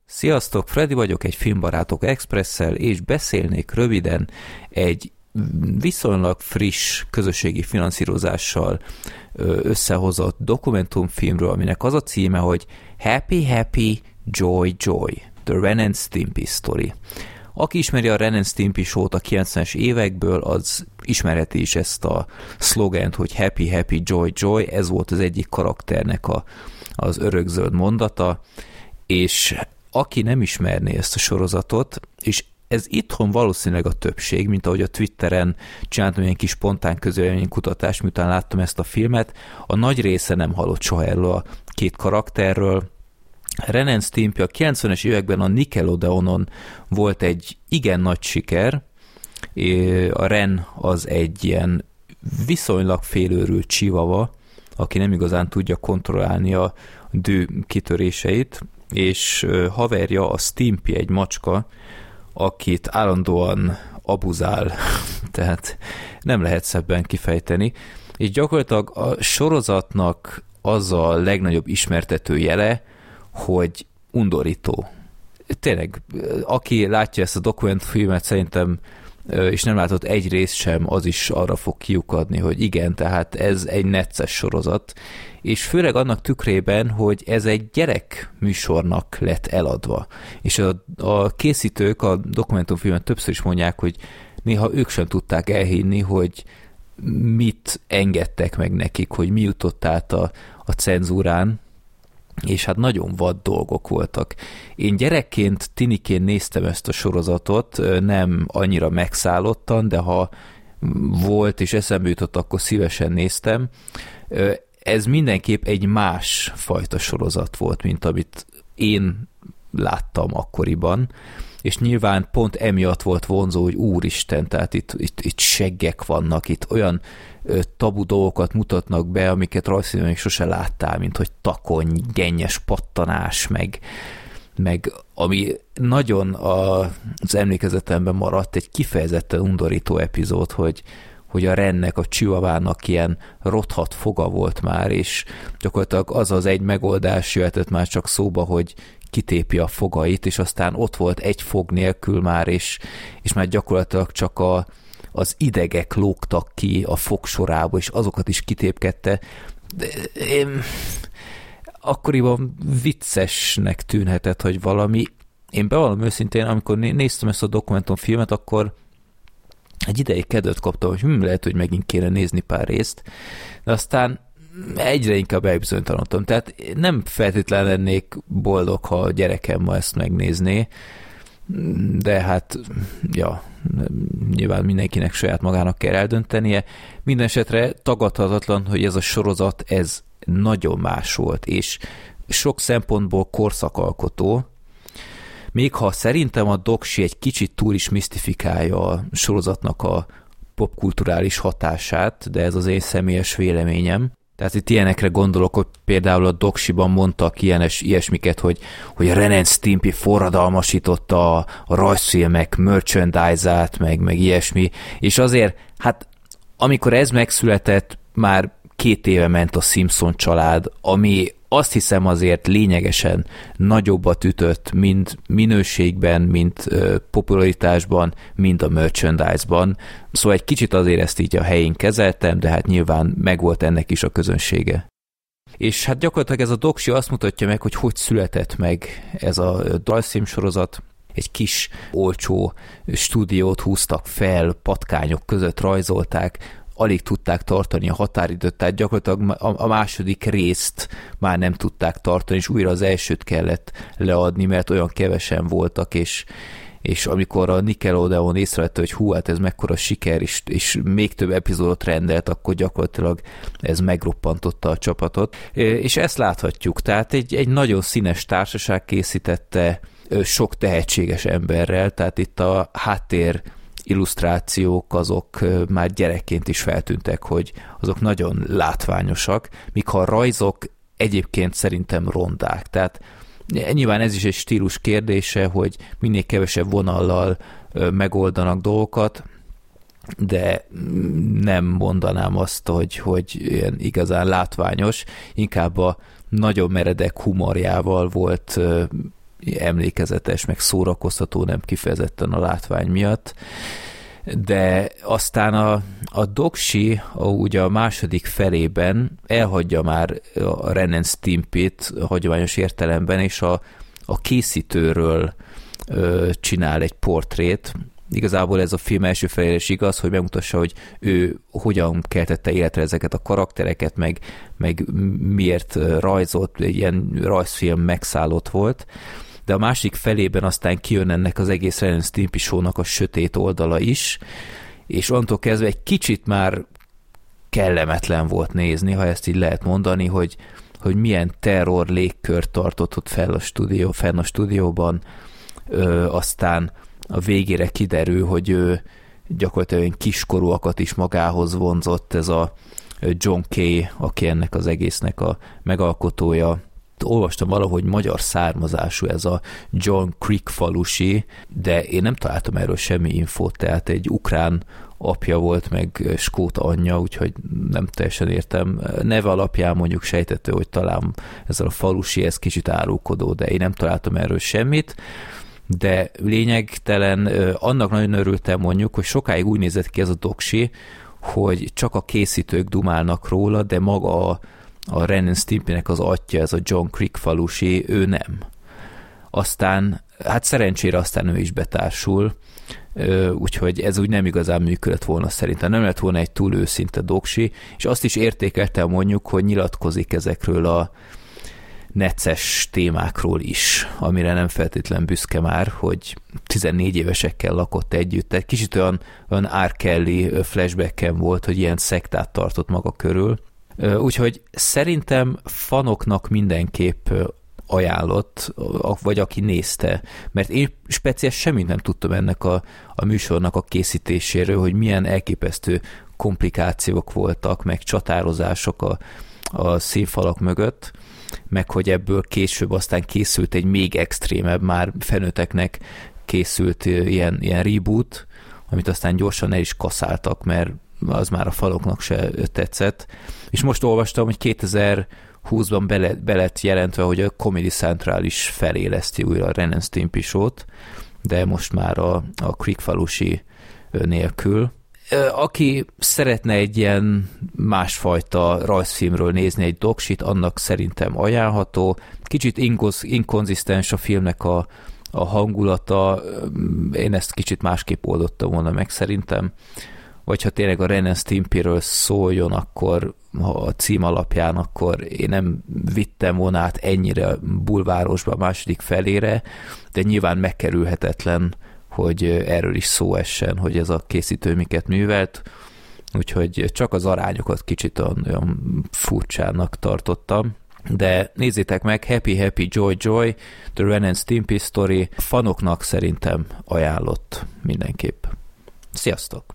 Sziasztok, Freddy vagyok, egy Filmbarátok Expresszel, és beszélnék röviden egy viszonylag friss közösségi finanszírozással összehozott dokumentumfilmről, aminek az a címe, hogy Happy Happy Joy Joy, The Ren and Stimpy Story. Aki ismeri a Ren and Stimpy show-t a 90-es évekből, az ismerheti is ezt a szlogent, hogy Happy Happy Joy Joy, ez volt az egyik karakternek az örökzöld mondata, és aki nem ismerné ezt a sorozatot, és ez itthon valószínűleg a többség, mint ahogy a Twitteren csináltam ilyen kis spontán közvéleménykutatást, miután láttam ezt a filmet, a nagy része nem hallott soha erről a két karakterről. Ren and Stimpy a 90-es években a Nickelodeonon volt egy igen nagy siker. A Ren az egy ilyen viszonylag félőrült chihuahua, aki nem igazán tudja kontrollálni a dű kitöréseit, és haverja a Stimpy, egy macska, akit állandóan abuzál, tehát nem lehet szebben kifejteni, és gyakorlatilag a sorozatnak az a legnagyobb ismertető jele, hogy undorító. Tényleg, aki látja ezt a dokumentumfilmet, szerintem, és nem látott egy részt sem, az is arra fog kiukadni, hogy igen, tehát ez egy necces sorozat, és főleg annak tükrében, hogy ez egy gyerek műsornak lett eladva. És a készítők a dokumentumfilmet többször is mondják, hogy néha ők sem tudták elhinni, hogy mit engedtek meg nekik, hogy mi jutott át a cenzúrán, és hát nagyon vad dolgok voltak. Én gyerekként, tiniként néztem ezt a sorozatot, nem annyira megszállottan, de ha volt és eszembe jutott, akkor szívesen néztem. Ez mindenképp egy más fajta sorozat volt, mint amit én láttam akkoriban, és nyilván pont emiatt volt vonzó, hogy úristen, tehát itt seggek vannak, itt olyan tabu dolgokat mutatnak be, amiket rajzfilmben még sose láttál, mint hogy takony, gennyes pattanás, meg ami nagyon az emlékezetemben maradt, egy kifejezetten undorító epizód, hogy a Rennek, a chihuahuának ilyen rothadt foga volt már, és gyakorlatilag az egy megoldás jöhetett már csak szóba, hogy kitépi a fogait, és aztán ott volt egy fog nélkül már, és már gyakorlatilag csak az idegek lógtak ki a fogsorába, és azokat is kitépkedte. Akkoriban viccesnek tűnhetett, hogy valami. Én bevallom őszintén, amikor néztem ezt a dokumentumfilmet, akkor egy ideig kedvet kaptam, hogy lehet, hogy megint kéne nézni pár részt, de aztán egyre inkább elbizonytalanodtam. Tehát nem feltétlenül lennék boldog, ha a gyerekem ma ezt megnézné, de hát, ja, nyilván mindenkinek saját magának kell eldöntenie. Mindenesetre tagadhatatlan, hogy ez a sorozat, ez nagyon más volt, és sok szempontból korszakalkotó, még ha szerintem a doksi egy kicsit túl is misztifikálja a sorozatnak a popkulturális hatását, de ez az én személyes véleményem. Tehát itt ilyenekre gondolok, hogy például a doksiban mondtak ilyesmiket, hogy a Ren and Stimpy forradalmasította a rajzfilmek merchandise-át, meg ilyesmi, és azért, hát amikor ez megszületett, már 2 éve ment a Simpson család, ami azt hiszem azért lényegesen nagyobbat ütött, mind minőségben, mind popularitásban, mind a merchandise-ban. Szóval egy kicsit azért ezt így a helyén kezeltem, de hát nyilván megvolt ennek is a közönsége. És hát gyakorlatilag ez a doksi azt mutatja meg, hogy született meg ez a rajzfilm sorozat. Egy kis, olcsó stúdiót húztak fel, patkányok között rajzolták, alig tudták tartani a határidőt, tehát gyakorlatilag a második részt már nem tudták tartani, és újra az elsőt kellett leadni, mert olyan kevesen voltak, és amikor a Nickelodeon észrevette, hogy hú, hát ez mekkora siker, és még több epizódot rendelt, akkor gyakorlatilag ez megroppantotta a csapatot. És ezt láthatjuk, tehát egy nagyon színes társaság készítette sok tehetséges emberrel, tehát itt a háttér illusztrációk azok már gyerekként is feltűntek, hogy azok nagyon látványosak, míg ha a rajzok egyébként szerintem rondák. Tehát nyilván ez is egy stílus kérdése, hogy minél kevesebb vonallal megoldanak dolgokat, de nem mondanám azt, hogy ilyen igazán látványos, inkább a nagyon meredek humorjával volt emlékezetes, meg szórakoztató, nem kifejezetten a látvány miatt. De aztán a Dokshi ugye a második felében elhagyja már a Ren and Stimpyt hagyományos értelemben, és a készítőről csinál egy portrét. Igazából ez a film első felére is igaz, hogy megmutassa, hogy ő hogyan keltette életre ezeket a karaktereket, meg miért rajzolt, egy ilyen rajzfilm megszállott volt. De a másik felében aztán kijön ennek az egész Ren and Stimpy show-nak a sötét oldala is, és onnantól kezdve egy kicsit már kellemetlen volt nézni, ha ezt így lehet mondani, hogy milyen terror légkört tartott ott fenn a stúdióban, aztán a végére kiderül, hogy ő gyakorlatilag kiskorúakat is magához vonzott, ez a John Kay, aki ennek az egésznek a megalkotója. Olvastam valahogy magyar származású ez a John Creek falusi, de én nem találtam erről semmi infót, tehát egy ukrán apja volt, meg skót anyja, úgyhogy nem teljesen értem. Neve alapján mondjuk sejtető, hogy talán ez a falusi, ez kicsit árulkodó, de én nem találtam erről semmit, de lényegtelen, annak nagyon örültem mondjuk, hogy sokáig úgy nézett ki ez a Dokshi, hogy csak a készítők dumálnak róla, de maga a Ren and Stimpynek az atya, ez a John Creek falusi, ő nem. Aztán, hát szerencsére aztán ő is betársul, úgyhogy ez úgy nem igazán működött volna szerintem. Nem lett volna egy túl őszinte Dokshi, és azt is értékeltem mondjuk, hogy nyilatkozik ezekről a necces témákról is, amire nem feltétlen büszke már, hogy 14 évesekkel lakott együtt. Tehát kicsit olyan R. Kelly flashbacken volt, hogy ilyen szektát tartott maga körül. Úgyhogy szerintem fanoknak mindenképp ajánlott, vagy aki nézte, mert én speciál semmit nem tudtam ennek a műsornak a készítéséről, hogy milyen elképesztő komplikációk voltak, meg csatározások a színfalak mögött, meg hogy ebből később aztán készült egy még extrémebb, már felnőtteknek készült ilyen reboot, amit aztán gyorsan el is kaszáltak, mert az már a faloknak se tetszett. És most olvastam, hogy 2020-ban be lett jelentve, hogy a Comedy Central is feléleszti újra a Ren and Stimpy show-t, de most már a Creek falusi nélkül. Aki szeretne egy ilyen másfajta rajzfilmről nézni egy Dokshit, annak szerintem ajánlható. Kicsit inkonzisztens a filmnek a hangulata, én ezt kicsit másképp oldottam volna meg szerintem. Vagy ha tényleg a Ren and Stimpyről szóljon, akkor ha a cím alapján, akkor én nem vittem volna át ennyire bulvárosba a második felére, de nyilván megkerülhetetlen, hogy erről is szó essen, hogy ez a készítő miket művelt, úgyhogy csak az arányokat kicsit olyan furcsának tartottam. De nézzétek meg, Happy Joy, The Ren and Stimpy Story, fanoknak szerintem ajánlott mindenképp. Sziasztok!